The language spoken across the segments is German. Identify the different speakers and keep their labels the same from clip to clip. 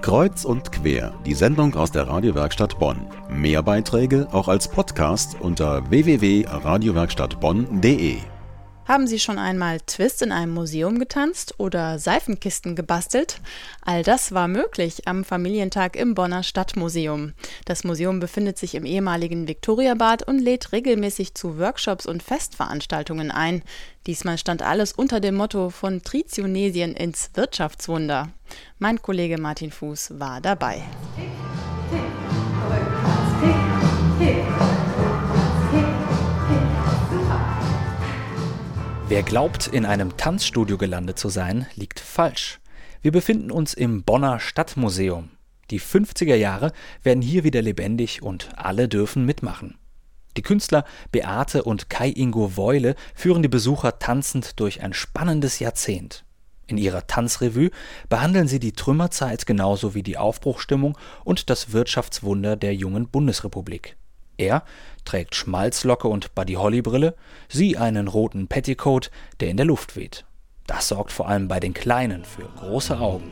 Speaker 1: Kreuz und quer, die Sendung aus der Radiowerkstatt Bonn. Mehr Beiträge auch als Podcast unter www.radiowerkstattbonn.de.
Speaker 2: Haben Sie schon einmal Twist in einem Museum getanzt oder Seifenkisten gebastelt? All das war möglich am Familientag im Bonner Stadtmuseum. Das Museum befindet sich im ehemaligen Viktoriabad und lädt regelmäßig zu Workshops und Festveranstaltungen ein. Diesmal stand alles unter dem Motto von Tritionesien ins Wirtschaftswunder. Mein Kollege Martin Fuß war dabei.
Speaker 3: Wer glaubt, in einem Tanzstudio gelandet zu sein, liegt falsch. Wir befinden uns im Bonner Stadtmuseum. Die 50er Jahre werden hier wieder lebendig und alle dürfen mitmachen. Die Künstler Beate und Kai-Ingo Weule führen die Besucher tanzend durch ein spannendes Jahrzehnt. In ihrer Tanzrevue behandeln sie die Trümmerzeit genauso wie die Aufbruchsstimmung und das Wirtschaftswunder der jungen Bundesrepublik. Er trägt Schmalzlocke und Buddy-Holly-Brille, sie einen roten Petticoat, der in der Luft weht. Das sorgt vor allem bei den Kleinen für große Augen.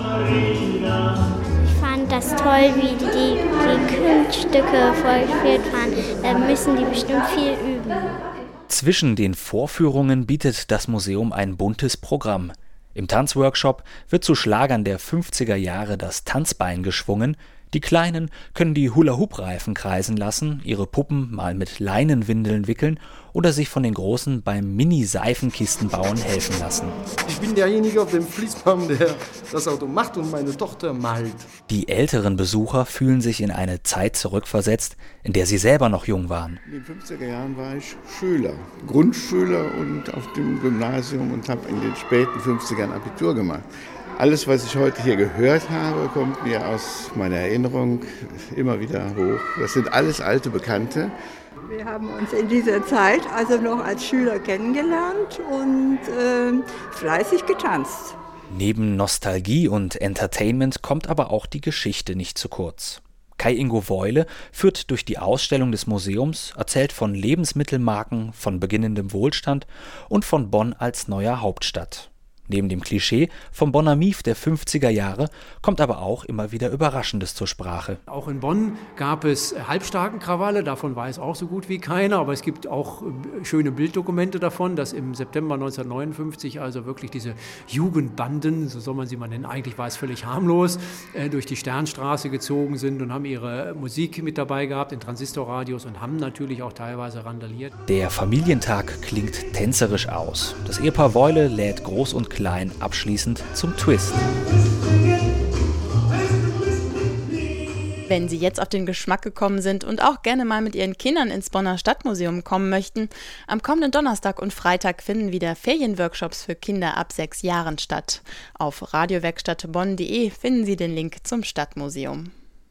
Speaker 4: Ich fand das toll, wie die Kunststücke vorgeführt waren. Da müssen die bestimmt viel üben.
Speaker 3: Zwischen den Vorführungen bietet das Museum ein buntes Programm. Im Tanzworkshop wird zu Schlagern der 50er Jahre das Tanzbein geschwungen. Die Kleinen können die Hula-Hoop-Reifen kreisen lassen, ihre Puppen mal mit Leinenwindeln wickeln oder sich von den Großen beim Mini-Seifenkistenbauen helfen lassen.
Speaker 5: Ich bin derjenige auf dem Fließband, der das Auto macht und meine Tochter malt.
Speaker 3: Die älteren Besucher fühlen sich in eine Zeit zurückversetzt, in der sie selber noch jung waren.
Speaker 6: In den 50er Jahren war ich Schüler, Grundschüler und auf dem Gymnasium und habe in den späten 50ern Abitur gemacht. Alles, was ich heute hier gehört habe, kommt mir aus meiner Erinnerung immer wieder hoch. Das sind alles alte Bekannte.
Speaker 7: Wir haben uns in dieser Zeit also noch als Schüler kennengelernt und fleißig getanzt.
Speaker 3: Neben Nostalgie und Entertainment kommt aber auch die Geschichte nicht zu kurz. Kai-Ingo Weule führt durch die Ausstellung des Museums, erzählt von Lebensmittelmarken, von beginnendem Wohlstand und von Bonn als neuer Hauptstadt. Neben dem Klischee vom Bonner Mief der 50er Jahre kommt aber auch immer wieder Überraschendes zur Sprache.
Speaker 8: Auch in Bonn gab es Halbstarkenkrawalle, davon weiß auch so gut wie keiner, aber es gibt auch schöne Bilddokumente davon, dass im September 1959 also wirklich diese Jugendbanden, so soll man sie mal nennen, eigentlich war es völlig harmlos, durch die Sternstraße gezogen sind und haben ihre Musik mit dabei gehabt in Transistorradios und haben natürlich auch teilweise randaliert.
Speaker 3: Der Familientag klingt tänzerisch aus. Das Ehepaar Weule lädt groß und klein abschließend zum Twist.
Speaker 2: Wenn Sie jetzt auf den Geschmack gekommen sind und auch gerne mal mit Ihren Kindern ins Bonner Stadtmuseum kommen möchten, am kommenden Donnerstag und Freitag finden wieder Ferienworkshops für Kinder ab 6 Jahren statt. Auf radiowerkstattbonn.de finden Sie den Link zum Stadtmuseum.